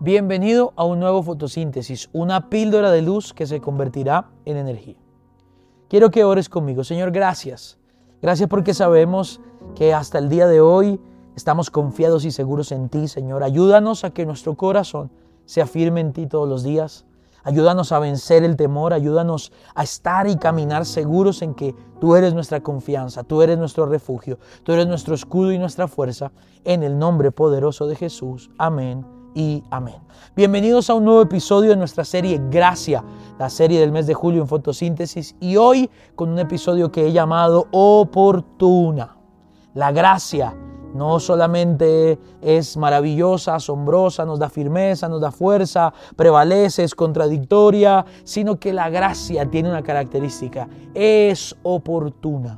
Bienvenido a un nuevo fotosíntesis, una píldora de luz que se convertirá en energía. Quiero que ores conmigo. Señor, gracias. Gracias porque sabemos que hasta el día de hoy estamos confiados y seguros en ti, Señor. Ayúdanos a que nuestro corazón se afirme en ti todos los días. Ayúdanos a vencer el temor, ayúdanos a estar y caminar seguros en que tú eres nuestra confianza, tú eres nuestro refugio, tú eres nuestro escudo y nuestra fuerza. En el nombre poderoso de Jesús. Amén y amén. Bienvenidos a un nuevo episodio de nuestra serie Gracia, la serie del mes de julio en fotosíntesis, y hoy con un episodio que he llamado Oportuna. La gracia no solamente es maravillosa, asombrosa, nos da firmeza, nos da fuerza, prevalece, es contradictoria, sino que la gracia tiene una característica: es oportuna.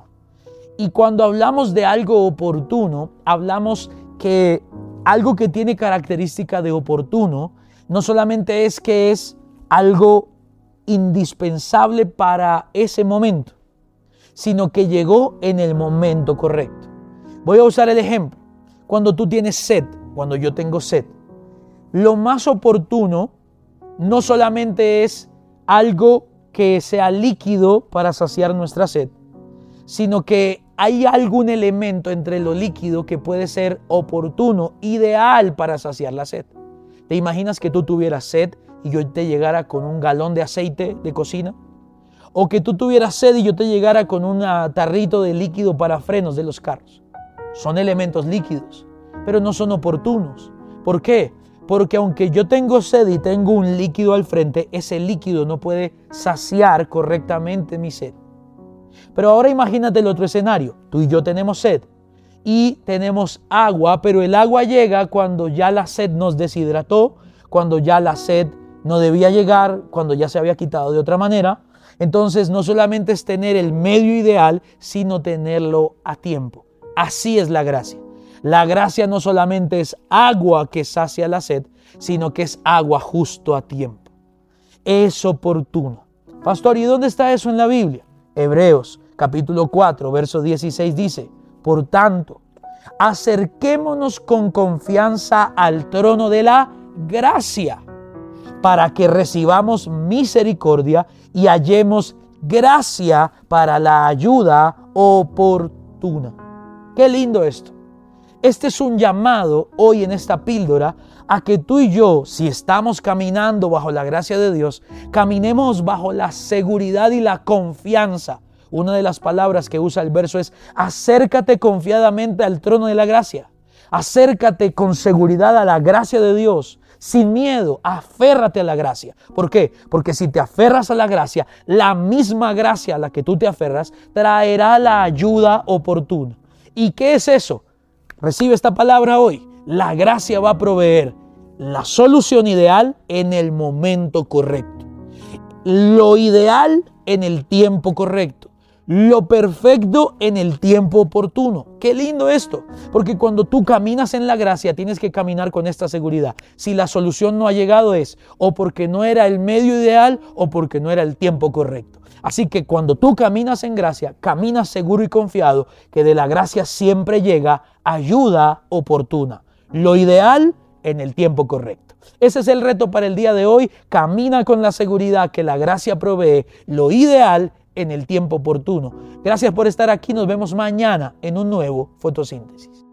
Y cuando hablamos de algo oportuno, hablamos que algo que tiene característica de oportuno no solamente es que es algo indispensable para ese momento, sino que llegó en el momento correcto. Voy a usar el ejemplo. Cuando tú tienes sed, cuando yo tengo sed, lo más oportuno no solamente es algo que sea líquido para saciar nuestra sed, sino que hay algún elemento entre lo líquido que puede ser oportuno, ideal para saciar la sed. ¿Te imaginas que tú tuvieras sed y yo te llegara con un galón de aceite de cocina? ¿O que tú tuvieras sed y yo te llegara con un tarrito de líquido para frenos de los carros? Son elementos líquidos, pero no son oportunos. ¿Por qué? Porque aunque yo tengo sed y tengo un líquido al frente, ese líquido no puede saciar correctamente mi sed. Pero ahora imagínate el otro escenario. Tú y yo tenemos sed y tenemos agua, pero el agua llega cuando ya la sed nos deshidrató, cuando ya la sed no debía llegar, cuando ya se había quitado de otra manera. Entonces no solamente es tener el medio ideal, sino tenerlo a tiempo. Así es la gracia. La gracia no solamente es agua que sacia la sed, sino que es agua justo a tiempo. Es oportuno. Pastor, ¿y dónde está eso en la Biblia? Hebreos capítulo 4, verso 16 dice: por tanto, acerquémonos con confianza al trono de la gracia, para que recibamos misericordia y hallemos gracia para la ayuda oportuna. Qué lindo esto. Este es un llamado hoy en esta píldora a que tú y yo, si estamos caminando bajo la gracia de Dios, caminemos bajo la seguridad y la confianza. Una de las palabras que usa el verso es: acércate confiadamente al trono de la gracia. Acércate con seguridad a la gracia de Dios, sin miedo, aférrate a la gracia. ¿Por qué? Porque si te aferras a la gracia, la misma gracia a la que tú te aferras traerá la ayuda oportuna. ¿Y qué es eso? Recibe esta palabra hoy. La gracia va a proveer la solución ideal en el momento correcto. Lo ideal en el tiempo correcto. Lo perfecto en el tiempo oportuno. Qué lindo esto, porque cuando tú caminas en la gracia tienes que caminar con esta seguridad. Si la solución no ha llegado es o porque no era el medio ideal o porque no era el tiempo correcto. Así que cuando tú caminas en gracia, caminas seguro y confiado que de la gracia siempre llega ayuda oportuna. Lo ideal en el tiempo correcto. Ese es el reto para el día de hoy. Camina con la seguridad que la gracia provee lo ideal en el tiempo oportuno. Gracias por estar aquí. Nos vemos mañana en un nuevo fotosíntesis.